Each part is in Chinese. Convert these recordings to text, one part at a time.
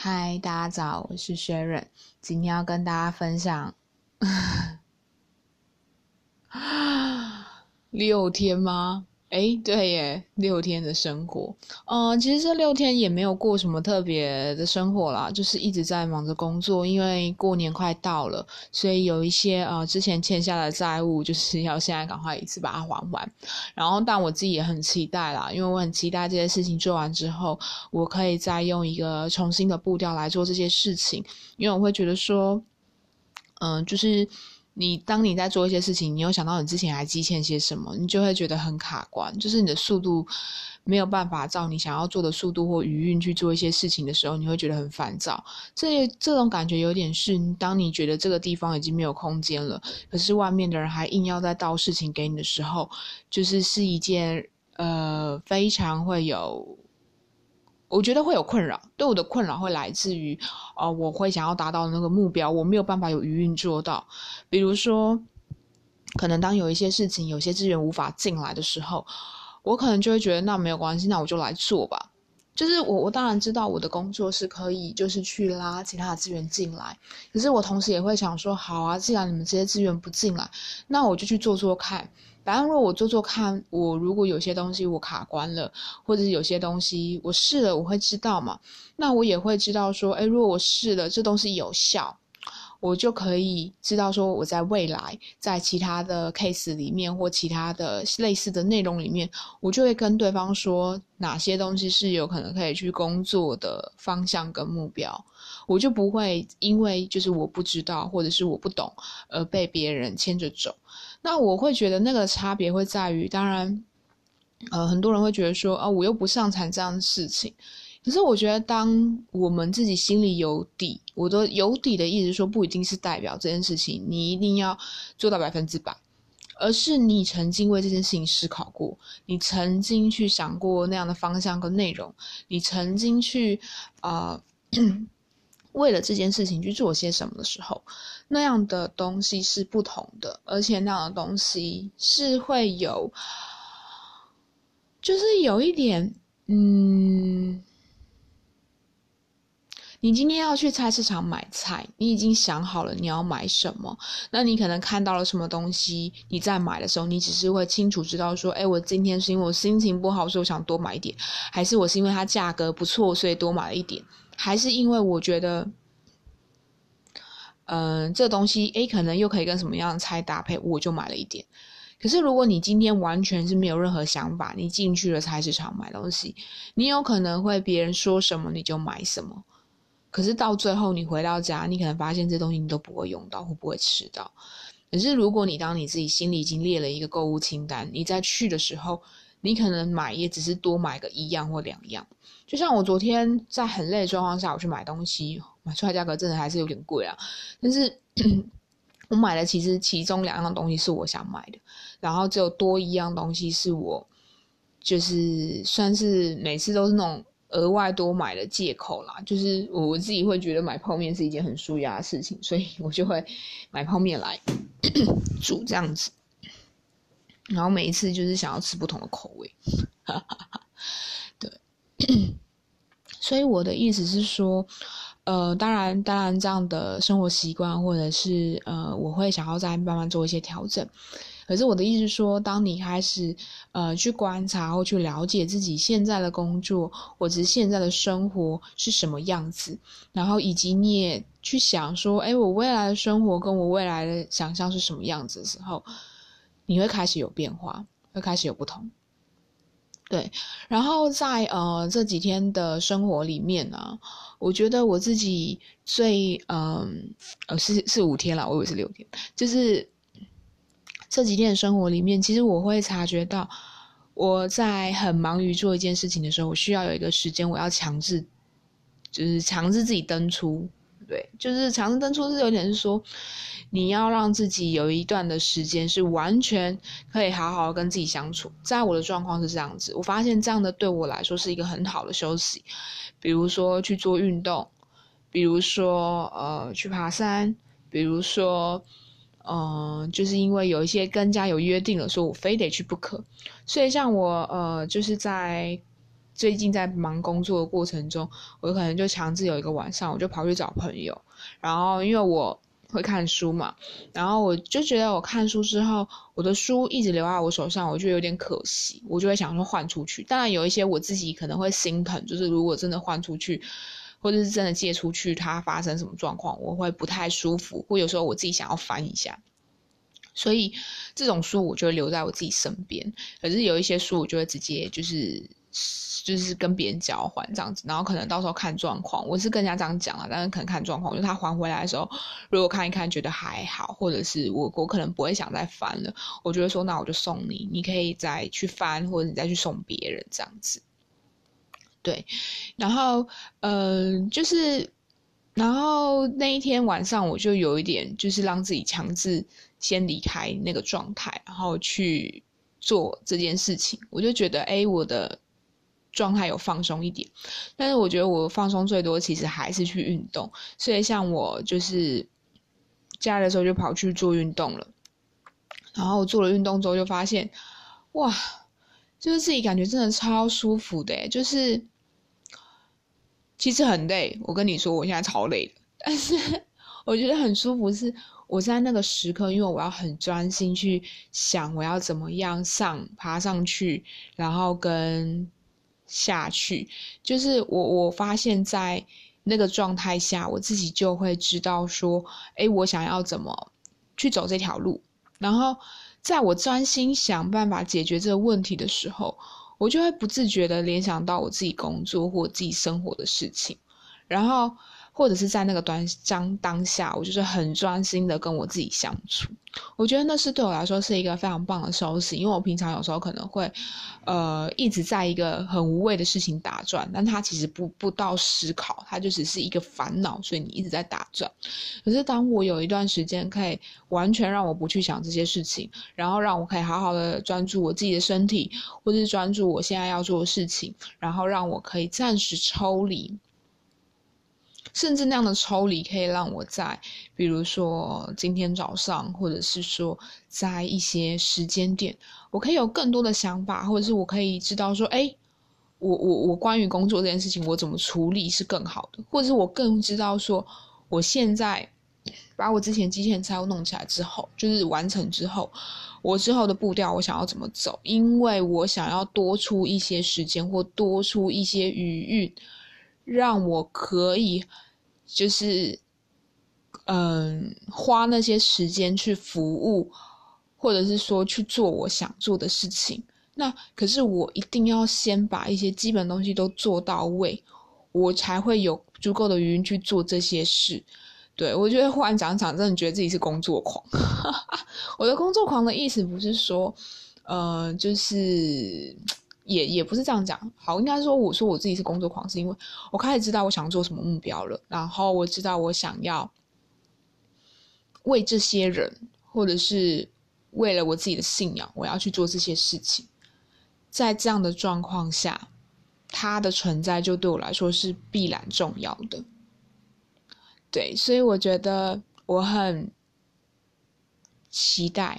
嗨，大家早，我是 Sharon， 今天要跟大家分享6天吗？对耶，6天的生活。其实这6天也没有过什么特别的生活啦，就是一直在忙着工作，因为过年快到了，所以有一些之前欠下的债务，就是要现在赶快一次把它还完。然后但我自己也很期待啦，因为我很期待这些事情做完之后，我可以再用一个重新的步调来做这些事情，因为我会觉得说就是当你在做一些事情，你有想到你之前还积欠些什么，你就会觉得很卡关，就是你的速度没有办法照你想要做的速度或余韵去做一些事情的时候，你会觉得很烦躁。这种感觉有点是当你觉得这个地方已经没有空间了，可是外面的人还硬要再倒事情给你的时候，是一件非常会有，我觉得会有困扰。对我的困扰会来自于我会想要达到那个目标，我没有办法有余韵做到。比如说可能当有一些事情有些资源无法进来的时候，我可能就会觉得那没有关系，那我就来做吧。就是我当然知道我的工作是可以就是去拉其他的资源进来，可是我同时也会想说，好啊，既然你们这些资源不进来，那我就去做做看。反正如果我做做看，我如果有些东西我卡关了，或者是有些东西我试了，我会知道嘛。那我也会知道说，如果我试了这东西有效，我就可以知道说我在未来在其他的 case 里面或其他的类似的内容里面，我就会跟对方说哪些东西是有可能可以去工作的方向跟目标，我就不会因为就是我不知道或者是我不懂而被别人牵着走。那我会觉得那个差别会在于，当然很多人会觉得说我又不上场这样的事情，可是我觉得当我们自己心里有底，我的有底的意思说不一定是代表这件事情你一定要做到100%，而是你曾经为这件事情思考过，你曾经去想过那样的方向跟内容，你曾经去为了这件事情去做些什么的时候，那样的东西是不同的，而且那样的东西是会有，就是有一点你今天要去菜市场买菜，你已经想好了你要买什么，那你可能看到了什么东西，你在买的时候你只是会清楚知道说我今天是因为我心情不好所以我想多买一点，还是我是因为它价格不错所以多买了一点，还是因为我觉得这东西可能又可以跟什么样的菜搭配，我就买了一点。可是如果你今天完全是没有任何想法，你进去了菜市场买东西，你有可能会别人说什么你就买什么，可是到最后你回到家，你可能发现这东西你都不会用到或不会吃到。可是如果当你自己心里已经列了一个购物清单，你在去的时候，你可能买也只是多买个1样或2样。就像我昨天在很累的状况下我去买东西，买出来价格真的还是有点贵啊，但是我买的其实其中2样东西是我想买的，然后只有多1样东西是我就是算是每次都是那种额外多买的借口啦，就是我自己会觉得买泡面是一件很舒压的事情，所以我就会买泡面来煮这样子，然后每一次就是想要吃不同的口味对所以我的意思是说当然这样的生活习惯或者是我会想要再慢慢做一些调整。可是我的意思是说，当你开始去观察或去了解自己现在的工作或者是现在的生活是什么样子，然后以及你也去想说我未来的生活跟我未来的想象是什么样子的时候，你会开始有变化，会开始有不同。对，然后在这几天的生活里面呢，我觉得我自己最是5天啦，我以为是6天，就是这几天的生活里面，其实我会察觉到我在很忙于做一件事情的时候，我需要有一个时间我要强制自己登出。对，就是强制登出是有点是说你要让自己有一段的时间是完全可以好好跟自己相处。在我的状况是这样子，我发现这样的对我来说是一个很好的休息，比如说去做运动，比如说去爬山，比如说就是因为有一些跟家有约定了，说我非得去不可，所以像我就是在最近在忙工作的过程中，我可能就强制有一个晚上，我就跑去找朋友，然后因为我会看书嘛，然后我就觉得我看书之后，我的书一直留在我手上，我觉得有点可惜，我就会想说换出去。当然有一些我自己可能会心疼，就是如果真的换出去，或者是真的借出去，它发生什么状况，我会不太舒服，或有时候我自己想要翻一下。所以这种书我就会留在我自己身边，可是有一些书我就会直接就是跟别人交换这样子，然后可能到时候看状况，我是跟人家这样讲啦，但是可能看状况，就是他还回来的时候，如果看一看觉得还好，或者是我可能不会想再翻了，我就会说那我就送你，你可以再去翻，或者你再去送别人这样子。对，然后然后那一天晚上我就有一点就是让自己强制先离开那个状态，然后去做这件事情，我就觉得我的状态有放松一点，但是我觉得我放松最多其实还是去运动，所以像我就是假日的时候就跑去做运动了，然后我做了运动之后就发现哇，就是自己感觉真的超舒服的就是其实很累，我跟你说我现在超累的，但是我觉得很舒服是我在那个时刻，因为我要很专心去想我要怎么样爬上去，然后跟下去，就是我发现在那个状态下，我自己就会知道说我想要怎么去走这条路，然后在我专心想办法解决这个问题的时候，我就会不自觉的联想到我自己工作或自己生活的事情，然后或者是在那个当下，我就是很专心的跟我自己相处。我觉得那是对我来说是一个非常棒的休息，因为我平常有时候可能会一直在一个很无谓的事情打转，但它其实不到思考，它就只是一个烦恼，所以你一直在打转。可是当我有一段时间可以完全让我不去想这些事情，然后让我可以好好的专注我自己的身体，或是专注我现在要做的事情，然后让我可以暂时抽离，甚至那样的抽离可以让我在比如说今天早上，或者是说在一些时间点，我可以有更多的想法，或者是我可以知道说我关于工作这件事情我怎么处理是更好的，或者是我更知道说我现在把我之前机器人菜弄起来之后，就是完成之后，我之后的步调我想要怎么走，因为我想要多出一些时间或多出一些余韵，让我可以就是花那些时间去服务，或者是说去做我想做的事情。那可是我一定要先把一些基本东西都做到位，我才会有足够的余韵去做这些事。对，我觉得忽然讲真的觉得自己是工作狂。我的工作狂的意思不是说就是也不是这样讲，好，应该说我说我自己是工作狂是因为我开始知道我想做什么目标了，然后我知道我想要为这些人，或者是为了我自己的信仰，我要去做这些事情。在这样的状况下，它的存在就对我来说是必然重要的。对，所以我觉得我很期待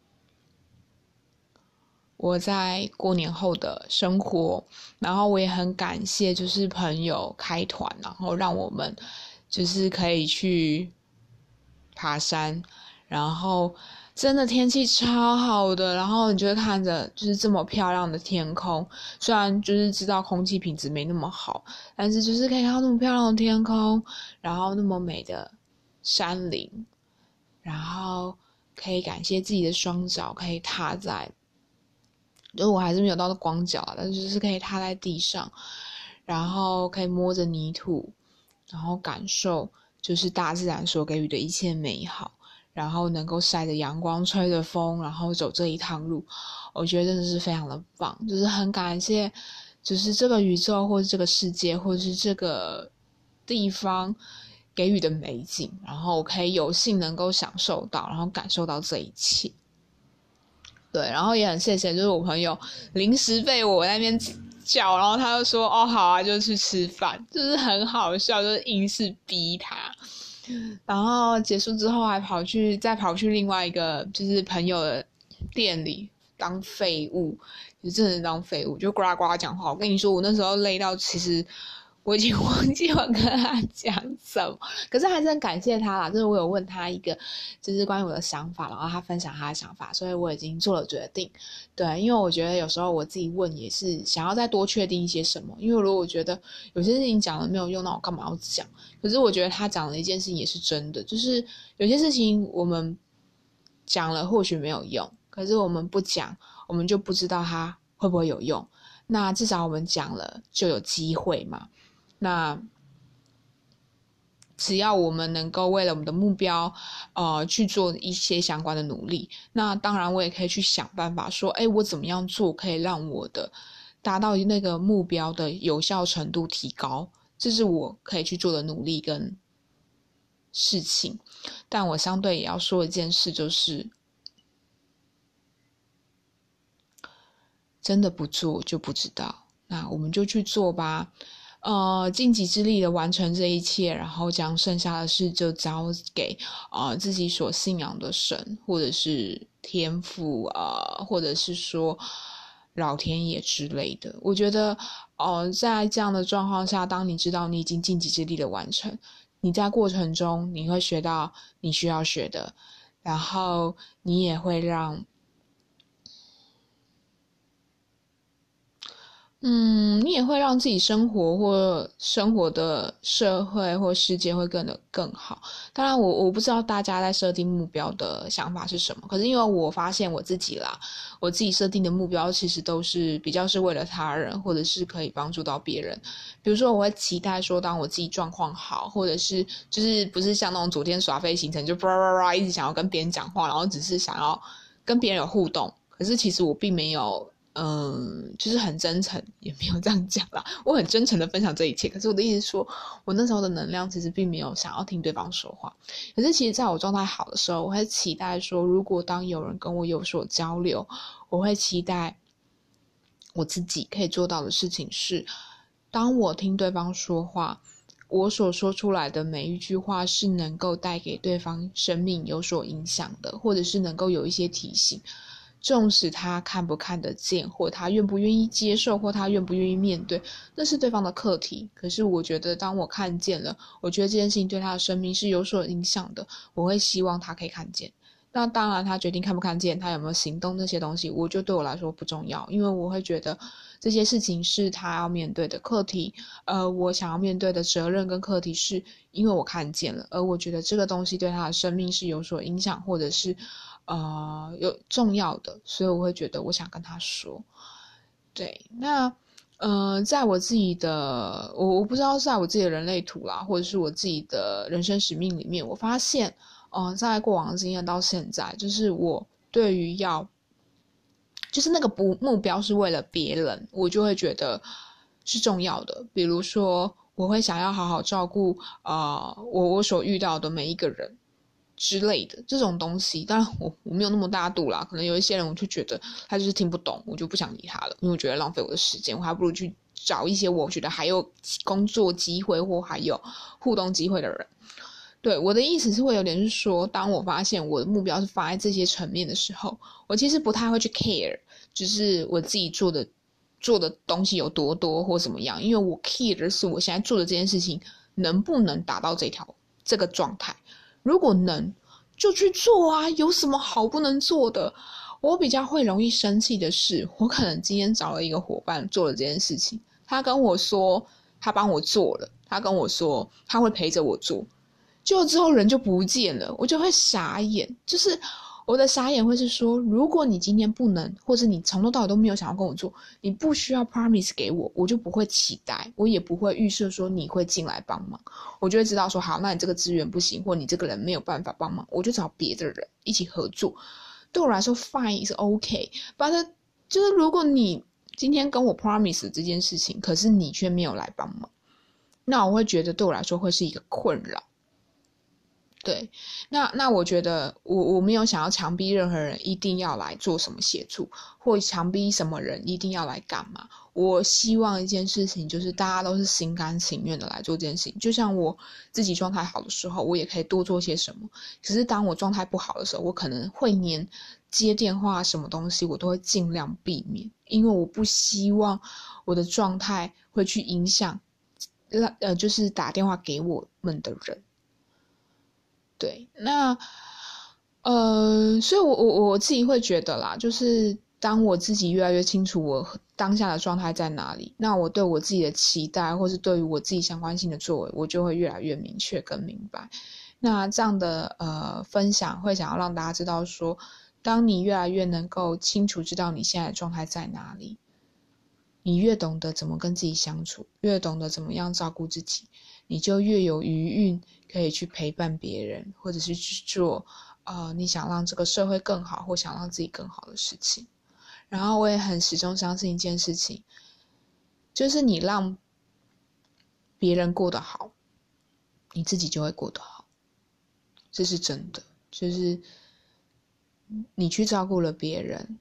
我在过年后的生活，然后我也很感谢就是朋友开团，然后让我们就是可以去爬山，然后真的天气超好的，然后你就会看着就是这么漂亮的天空，虽然就是知道空气品质没那么好，但是就是可以看到那么漂亮的天空，然后那么美的山林，然后可以感谢自己的双脚可以踏在，就是我还是没有到光脚，但是就是可以踏在地上，然后可以摸着泥土，然后感受就是大自然所给予的一切美好，然后能够晒着阳光吹着风，然后走这一趟路，我觉得真的是非常的棒，就是很感谢就是这个宇宙或者这个世界或者是这个地方给予的美景，然后我可以有幸能够享受到，然后感受到这一切。对，然后也很谢谢就是我朋友临时被我那边叫，然后他就说哦好啊，就去吃饭，就是很好笑，就是硬是逼他，然后结束之后还再跑去另外一个就是朋友的店里， 当废物，就真的当废物，就呱啦呱啦讲话。我跟你说，我那时候累到其实我已经忘记我跟他讲什么，可是还是很感谢他啦。就是我有问他一个就是关于我的想法，然后他分享他的想法，所以我已经做了决定。对，因为我觉得有时候我自己问也是想要再多确定一些什么，因为如果我觉得有些事情讲了没有用，那我干嘛要讲？可是我觉得他讲了一件事情也是真的，就是有些事情我们讲了或许没有用，可是我们不讲，我们就不知道它会不会有用。那至少我们讲了就有机会嘛。那只要我们能够为了我们的目标去做一些相关的努力，那当然我也可以去想办法说，我怎么样做可以让我的达到那个目标的有效程度提高，这是我可以去做的努力跟事情。但我相对也要说一件事，就是真的不做就不知道，那我们就去做吧。尽己之力的完成这一切，然后将剩下的事就交给自己所信仰的神，或者是天父或者是说老天爷之类的。我觉得在这样的状况下，当你知道你已经尽己之力的完成，你在过程中你会学到你需要学的，然后你也会让你也会让自己生活的社会或世界会变得更好。当然我不知道大家在设定目标的想法是什么，可是因为我发现我自己设定的目标其实都是比较是为了他人，或者是可以帮助到别人。比如说我会期待说，当我自己状况好，或者是就是不是像那种昨天耍废行程就一直想要跟别人讲话，然后只是想要跟别人有互动，可是其实我并没有就是很真诚，也没有这样讲啦。我很真诚的分享这一切，可是我的意思是说，我那时候的能量其实并没有想要听对方说话。可是其实在我状态好的时候，我会期待说，如果当有人跟我有所交流，我会期待我自己可以做到的事情是，当我听对方说话，我所说出来的每一句话是能够带给对方生命有所影响的，或者是能够有一些提醒。纵使他看不看得见，或他愿不愿意接受，或他愿不愿意面对，那是对方的课题。可是我觉得当我看见了，我觉得这件事情对他的生命是有所影响的，我会希望他可以看见。那当然他决定看不看见，他有没有行动，那些东西我就对我来说不重要，因为我会觉得这些事情是他要面对的课题，我想要面对的责任跟课题是因为我看见了，而我觉得这个东西对他的生命是有所影响，或者是有重要的，所以我会觉得我想跟他说。对，那在我自己的我不知道在我自己的人类图啦，或者是我自己的人生使命里面，我发现在过往的经验到现在，就是我对于就是那个目标是为了别人，我就会觉得是重要的。比如说我会想要好好照顾我所遇到的每一个人之类的这种东西。当然我没有那么大度啦，可能有一些人我就觉得他就是听不懂，我就不想理他了，因为我觉得浪费我的时间，我还不如去找一些我觉得还有工作机会或还有互动机会的人。对，我的意思是会有点是说，当我发现我的目标是放在这些层面的时候，我其实不太会去 care 就是我自己做的东西有多多或怎么样，因为我 care 的是我现在做的这件事情能不能达到这个状态。如果能就去做啊，有什么好不能做的？我比较会容易生气的是，我可能今天找了一个伙伴做了这件事情，他跟我说他帮我做了，他跟我说他会陪着我做，就之后人就不见了，我就会傻眼。就是我的傻眼会是说，如果你今天不能，或者你从头到尾都没有想要跟我做，你不需要 promise 给我，我就不会期待，我也不会预设说你会进来帮忙，我就会知道说好，那你这个资源不行，或你这个人没有办法帮忙，我就找别的人一起合作。对我来说 fine is OK， but 就是如果你今天跟我 promise 这件事情，可是你却没有来帮忙，那我会觉得对我来说会是一个困扰。对，那我觉得我没有想要强逼任何人一定要来做什么协助，或强逼什么人一定要来干嘛。 我希望一件事情就是大家都是心甘情愿的来做这件事情，就像我自己状态好的时候，我也可以多做些什么。可是当我状态不好的时候，我可能会连接电话什么东西我都会尽量避免，因为我不希望我的状态会去影响就是打电话给我们的人。对，那所以我自己会觉得啦，就是当我自己越来越清楚我当下的状态在哪里，那我对我自己的期待，或是对于我自己相关性的作为，我就会越来越明确跟明白。那这样的分享会想要让大家知道说，当你越来越能够清楚知道你现在的状态在哪里，你越懂得怎么跟自己相处，越懂得怎么样照顾自己，你就越有余韵可以去陪伴别人，或者是去做你想让这个社会更好，或想让自己更好的事情。然后我也很始终相信一件事情，就是你让别人过得好，你自己就会过得好，这是真的。就是你去照顾了别人，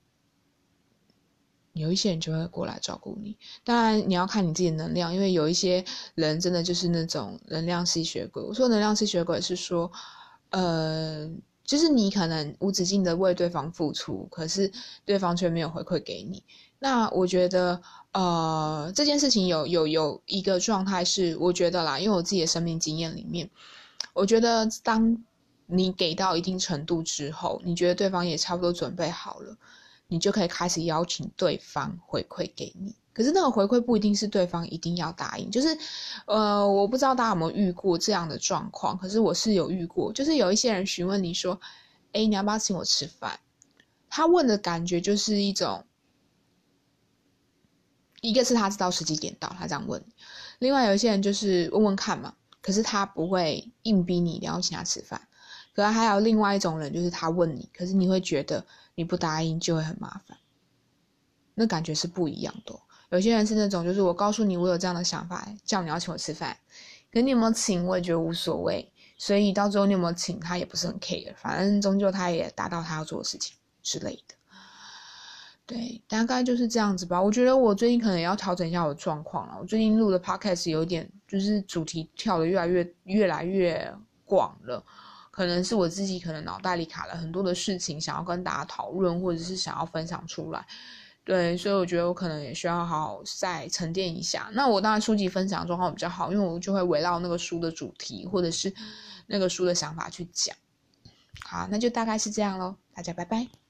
有一些人就会过来照顾你。当然你要看你自己的能量，因为有一些人真的就是那种能量吸血鬼。我说能量吸血鬼是说就是你可能无止境的为对方付出，可是对方却没有回馈给你。那我觉得这件事情有一个状态是，我觉得啦，因为我自己的生命经验里面，我觉得当你给到一定程度之后，你觉得对方也差不多准备好了，你就可以开始邀请对方回馈给你。可是那个回馈不一定是对方一定要答应，就是我不知道大家有没有遇过这样的状况，可是我是有遇过，就是有一些人询问你说你要不要请我吃饭，他问的感觉就是一种，一个是他知道时机点到他这样问，另外有一些人就是问问看嘛，可是他不会硬逼你一定要请他吃饭。可是还有另外一种人，就是他问你，可是你会觉得你不答应就会很麻烦，那感觉是不一样的。有些人是那种，就是我告诉你我有这样的想法，叫你要请我吃饭，可你有没有请我也觉得无所谓，所以到最后你有没有请他也不是很 care， 反正终究他也达到他要做的事情之类的。对，大概就是这样子吧。我觉得我最近可能也要调整一下我的状况了。我最近录的 podcast 有点就是主题跳的越来越广了，可能是我自己可能脑袋里卡了很多的事情，想要跟大家讨论，或者是想要分享出来。对，所以我觉得我可能也需要好好再沉淀一下。那我当然书籍分享的状况比较好，因为我就会围绕那个书的主题或者是那个书的想法去讲。好，那就大概是这样咯，大家拜拜。